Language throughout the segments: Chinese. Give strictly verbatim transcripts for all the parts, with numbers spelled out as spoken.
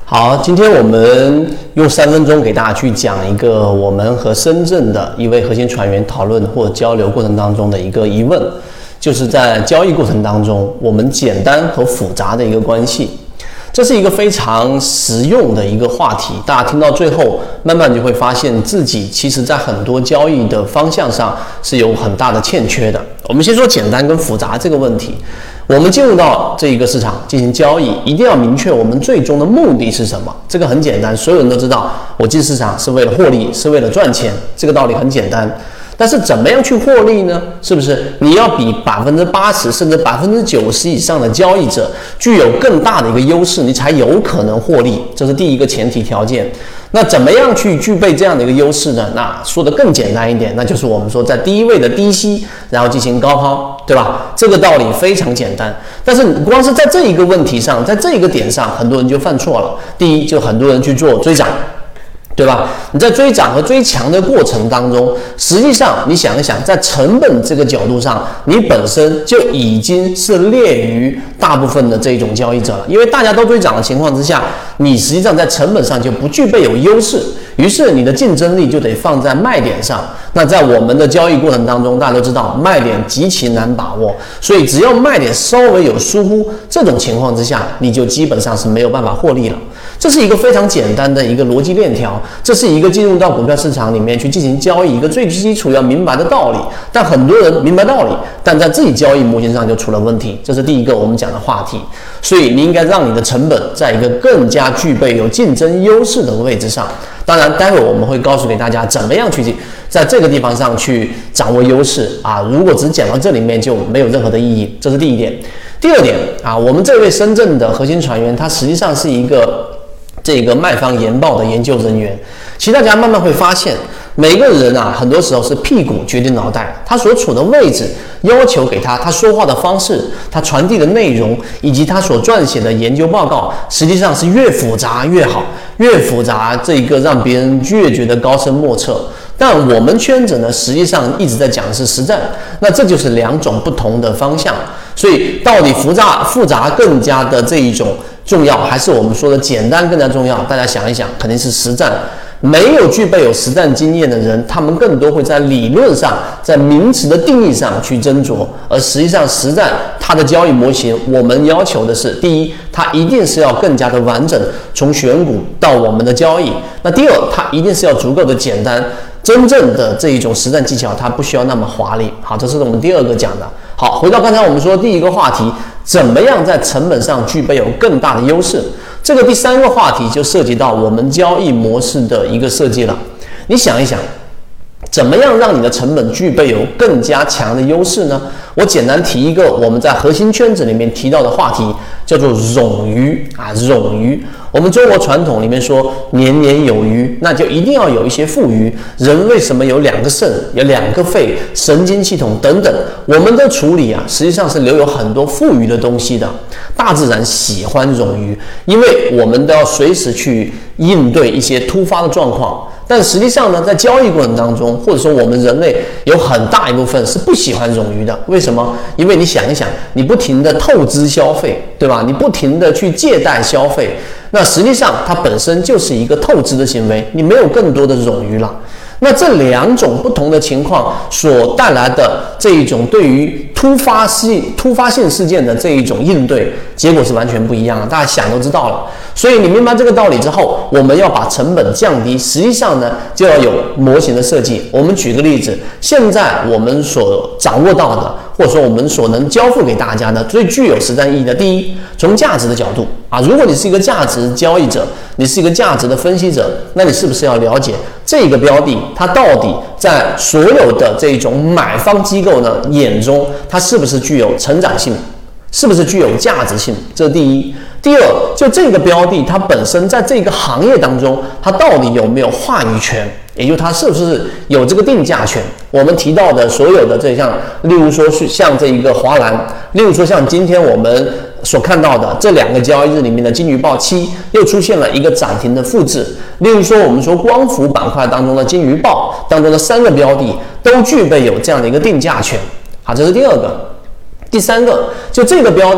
好，今天我们用三分钟给大家去讲一个我们和深圳的一位核心船员讨论或交流过程当中的一个疑问，就是在交易过程当中，我们简单和复杂的一个关系。这是一个非常实用的一个话题，大家听到最后，慢慢就会发现自己其实在很多交易的方向上是有很大的欠缺的。我们先说简单跟复杂这个问题。我们进入到这一个市场进行交易，一定要明确我们最终的目的是什么。这个很简单，所有人都知道，我进市场是为了获利，是为了赚钱，这个道理很简单。但是怎么样去获利呢？是不是你要比百分之八十甚至百分之九十以上的交易者具有更大的一个优势，你才有可能获利？这是第一个前提条件。那怎么样去具备这样的一个优势呢？那说的更简单一点，那就是我们说在低位的低吸，然后进行高抛，对吧？这个道理非常简单。但是你光是在这一个问题上，在这一个点上，很多人就犯错了。第一，就很多人去做追涨。对吧？你在追涨和追强的过程当中，实际上你想一想，在成本这个角度上，你本身就已经是劣于大部分的这种交易者了。因为大家都追涨的情况之下，你实际上在成本上就不具备有优势，于是你的竞争力就得放在卖点上。那在我们的交易过程当中，大家都知道卖点极其难把握，所以只要卖点稍微有疏忽，这种情况之下，你就基本上是没有办法获利了。这是一个非常简单的一个逻辑链条，这是一个进入到股票市场里面去进行交易一个最基础要明白的道理。但很多人明白道理，但在自己交易模型上就出了问题，这是第一个我们讲的话题。所以你应该让你的成本在一个更加具备有竞争优势的位置上。当然待会我们会告诉给大家怎么样去在这个地方上去掌握优势啊，如果只讲到这里面就没有任何的意义，这是第一点。第二点啊，我们这位深圳的核心船员他实际上是一个这个卖方研报的研究人员。其实大家慢慢会发现，每个人啊，很多时候是屁股决定脑袋，他所处的位置要求给他他说话的方式，他传递的内容，以及他所撰写的研究报告，实际上是越复杂越好，越复杂这个让别人越觉得高深莫测。但我们圈子呢，实际上一直在讲的是实战，那这就是两种不同的方向。所以到底复杂复杂更加的这一种重要，还是我们说的简单更加重要？大家想一想，肯定是实战。没有具备有实战经验的人，他们更多会在理论上，在名词的定义上去斟酌，而实际上实战它的交易模型，我们要求的是，第一，它一定是要更加的完整，从选股到我们的交易。那第二，它一定是要足够的简单。真正的这一种实战技巧，它不需要那么华丽。好，这是我们第二个讲的。好，回到刚才我们说第一个话题，怎么样在成本上具备有更大的优势？这个第三个话题就涉及到我们交易模式的一个设计了。你想一想，怎么样让你的成本具备有更加强的优势呢？我简单提一个我们在核心圈子里面提到的话题，叫做冗余啊，冗余。我们中国传统里面说年年有余，那就一定要有一些富余。人为什么有两个肾，有两个肺，神经系统等等，我们的处理啊，实际上是留有很多富余的东西的。大自然喜欢冗余，因为我们都要随时去应对一些突发的状况。但实际上呢，在交易过程当中，或者说我们人类有很大一部分是不喜欢冗余的。为什么？因为你想一想，你不停的透支消费，对吧？你不停的去借贷消费，那实际上它本身就是一个透支的行为，你没有更多的冗余了。那这两种不同的情况所带来的这一种对于突发性突发性事件的这一种应对，结果是完全不一样的，大家想都知道了。所以你明白这个道理之后，我们要把成本降低，实际上呢就要有模型的设计。我们举个例子，现在我们所掌握到的，或者说我们所能交付给大家的最具有实战意义的，第一，从价值的角度啊，如果你是一个价值交易者，你是一个价值的分析者，那你是不是要了解这个标的它到底在所有的这种买方机构呢眼中，它是不是具有成长性，是不是具有价值性？这是第一。第二，就这个标的它本身在这个行业当中，它到底有没有话语权，也就是它是不是有这个定价权。我们提到的所有的这项，例如说是像这一个华兰，例如说像今天我们所看到的这两个交易日里面的金鱼报七又出现了一个涨停的复制，例如说我们说光伏板块当中的金鱼报当中的三个标的都具备有这样的一个定价权。好，这是第二个。第三个，就这个标的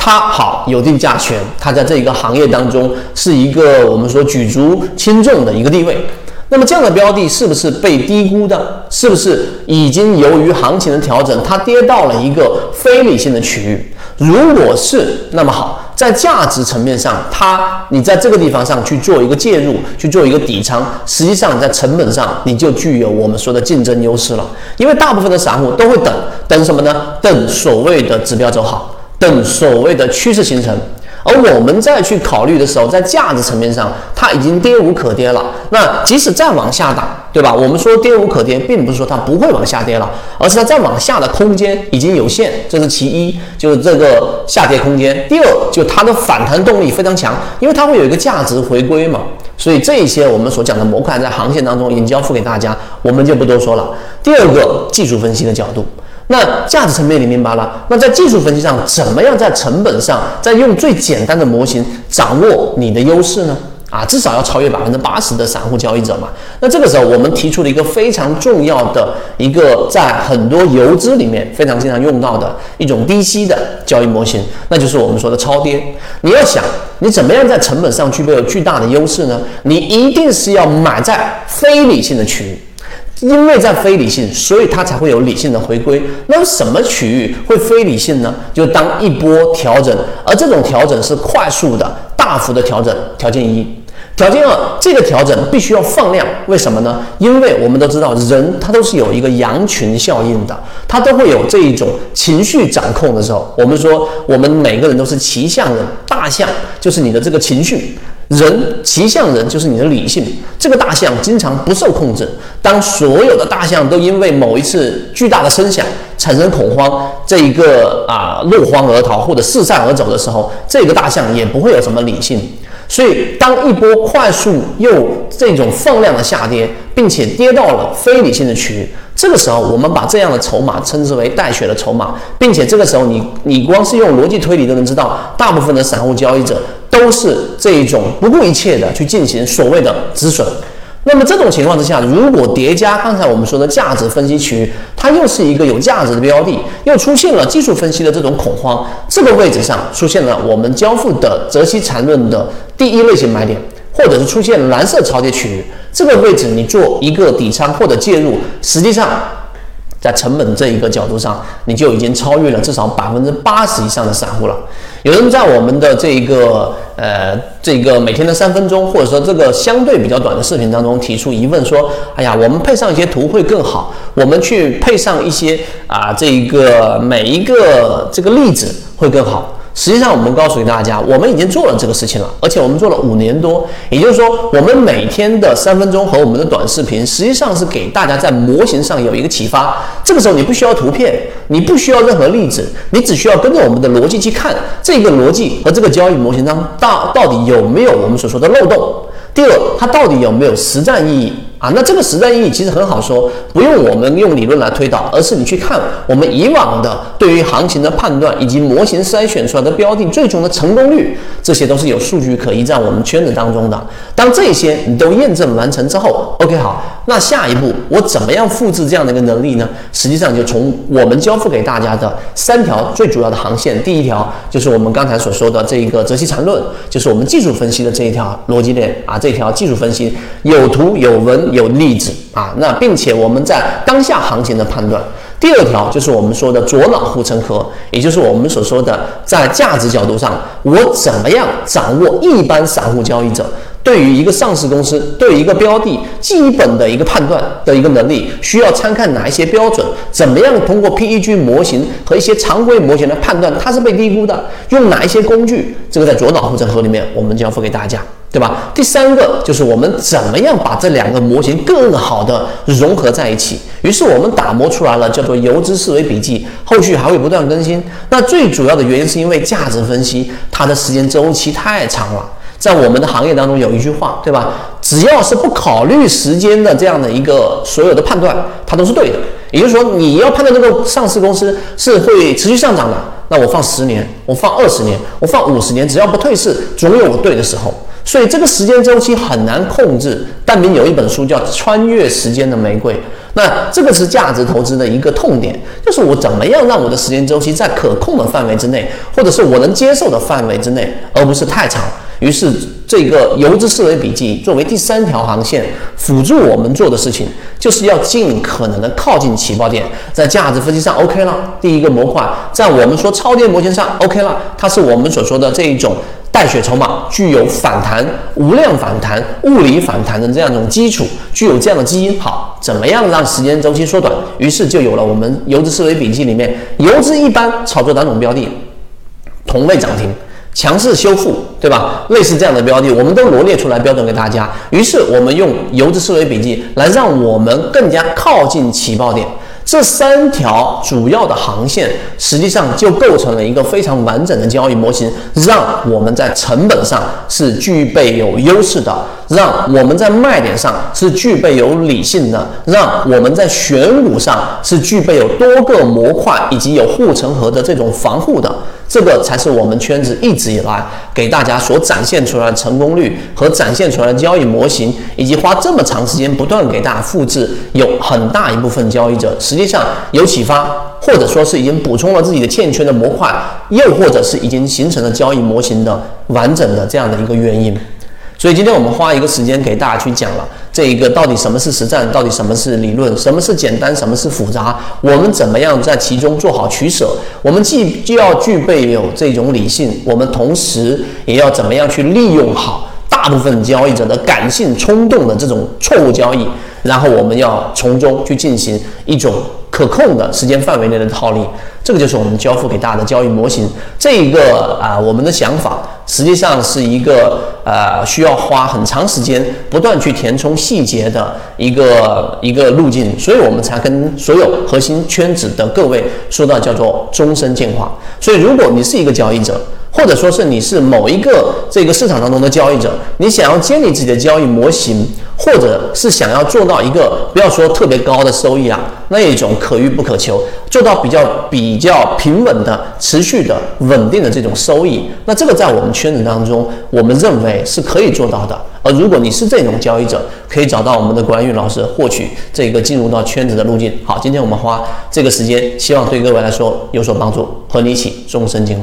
它好有定价权，它在这一个行业当中是一个我们说举足轻重的一个地位。那么这样的标的是不是被低估的？是不是已经由于行情的调整，它跌到了一个非理性的区域？如果是，那么好，在价值层面上，它你在这个地方上去做一个介入，去做一个底仓，实际上在成本上你就具有我们说的竞争优势了。因为大部分的散户都会等等什么呢？等所谓的指标走好，等所谓的趋势形成。而我们再去考虑的时候，在价值层面上，它已经跌无可跌了。那即使再往下打，对吧？我们说跌无可跌，并不是说它不会往下跌了，而是它再往下的空间已经有限，这是其一，就是这个下跌空间。第二，就它的反弹动力非常强，因为它会有一个价值回归嘛。所以这一些我们所讲的模块在航线当中已经交付给大家，我们就不多说了。第二个，技术分析的角度。那价值层面你明白了，那在技术分析上，怎么样在成本上，再用最简单的模型掌握你的优势呢？啊，至少要超越百分之八十的散户交易者嘛。那这个时候，我们提出了一个非常重要的一个，在很多游资里面非常经常用到的一种低吸的交易模型，那就是我们说的超跌。你要想，你怎么样在成本上具备有巨大的优势呢？你一定是要买在非理性的区域。因为在非理性，所以它才会有理性的回归。那么什么区域会非理性呢？就当一波调整，而这种调整是快速的、大幅的调整。条件一，条件二，这个调整必须要放量。为什么呢？因为我们都知道，人他都是有一个羊群效应的，他都会有这一种情绪掌控的时候。我们说，我们每个人都是骑象人，大象就是你的这个情绪。人骑象人就是你的理性，这个大象经常不受控制。当所有的大象都因为某一次巨大的声响产生恐慌，这一个啊落荒而逃或者四散而走的时候，这个大象也不会有什么理性。所以当一波快速又这种放量的下跌，并且跌到了非理性的区域，这个时候我们把这样的筹码称之为带血的筹码，并且这个时候你你光是用逻辑推理都能知道，大部分的散户交易者都是这一种不顾一切的去进行所谓的止损。那么这种情况之下，如果叠加刚才我们说的价值分析区域，它又是一个有价值的标的，又出现了技术分析的这种恐慌，这个位置上出现了我们交付的择期缠论的第一类型买点，或者是出现蓝色超跌区域，这个位置你做一个底仓或者介入，实际上在成本这一个角度上，你就已经超越了至少百分之八十以上的散户了。有人在我们的这一个呃这个每天的三分钟，或者说这个相对比较短的视频当中提出疑问说，哎呀，我们配上一些图会更好，我们去配上一些啊这一个每一个这个例子会更好。实际上我们告诉给大家，我们已经做了这个事情了，而且我们做了五年多。也就是说，我们每天的三分钟和我们的短视频，实际上是给大家在模型上有一个启发。这个时候你不需要图片，你不需要任何例子，你只需要跟着我们的逻辑去看这个逻辑和这个交易模型当到到底有没有我们所说的漏洞。第二，它到底有没有实战意义啊？那这个实战意义其实很好说，不用我们用理论来推导，而是你去看我们以往的对于行情的判断以及模型筛选出来的标的最终的成功率，这些都是有数据可依在我们圈子当中的。当这些你都验证完成之后 ，OK 好，那下一步我怎么样复制这样的一个能力呢？实际上就从我们交付给大家的三条最主要的航线，第一条就是我们刚才所说的这一个择期缠论，就是我们技术分析的这一条逻辑链啊。这条技术分析有图有文有例子啊，那并且我们在当下行情的判断。第二条就是我们说的左脑护城河，也就是我们所说的在价值角度上，我怎么样掌握一般散户交易者对于一个上市公司、对于一个标的基本的一个判断的一个能力，需要参看哪一些标准？怎么样通过 P E G 模型和一些常规模型来判断它是被低估的？用哪一些工具？这个在左脑护城河里面我们交付给大家，对吧？第三个就是我们怎么样把这两个模型更好的融合在一起。于是我们打磨出来了叫做游资思维笔记，后续还会不断更新。那最主要的原因是因为价值分析它的时间周期太长了。在我们的行业当中有一句话，对吧？只要是不考虑时间的这样的一个所有的判断，它都是对的。也就是说，你要判断这个上市公司是会持续上涨的， 那我放十年，我放二十年，我放五十年，只要不退市，总有我对的时候。所以这个时间周期很难控制。但明有一本书叫《穿越时间的玫瑰》，那这个是价值投资的一个痛点，就是我怎么样让我的时间周期在可控的范围之内，或者是我能接受的范围之内，而不是太长。于是这个游资思维笔记作为第三条航线，辅助我们做的事情，就是要尽可能的靠近起爆点。在价值分析上 OK 了，第一个模块，在我们说超跌模型上 OK 了，它是我们所说的这一种带血筹码，具有反弹、无量反弹、物理反弹的这样一种基础，具有这样的基因。好，怎么样让时间周期缩短？于是就有了我们游资思维笔记里面游资一般炒作两种标的，同类涨停、强势修复，对吧？类似这样的标的，我们都罗列出来标准给大家。于是我们用游资思维笔记来让我们更加靠近起爆点。这三条主要的航线，实际上就构成了一个非常完整的交易模型，让我们在成本上是具备有优势的，让我们在卖点上是具备有理性的，让我们在选股上是具备有多个模块以及有护城河的这种防护的。这个才是我们圈子一直以来给大家所展现出来的成功率和展现出来的交易模型，以及花这么长时间不断给大家复制，有很大一部分交易者实际上有启发，或者说是已经补充了自己的欠缺的模块，又或者是已经形成了交易模型的完整的这样的一个原因。所以今天我们花一个时间给大家去讲了这一个到底什么是实战，到底什么是理论，什么是简单，什么是复杂，我们怎么样在其中做好取舍。我们既既要具备有这种理性，我们同时也要怎么样去利用好大部分交易者的感性冲动的这种错误交易，然后我们要从中去进行一种可控的时间范围内的套利。这个就是我们交付给大家的交易模型。这一个啊、呃，我们的想法实际上是一个呃需要花很长时间不断去填充细节的一个一个路径，所以我们才跟所有核心圈子的各位说到叫做终身进化。所以如果你是一个交易者，或者说是你是某一个这个市场当中的交易者，你想要建立自己的交易模型，或者是想要做到一个不要说特别高的收益啊，那一种可遇不可求，做到比较比较平稳的、持续的、稳定的这种收益，那这个在我们圈子当中，我们认为是可以做到的。而如果你是这种交易者，可以找到我们的管宇老师获取这个进入到圈子的路径。好，今天我们花这个时间，希望对各位来说有所帮助，和你一起终身进化。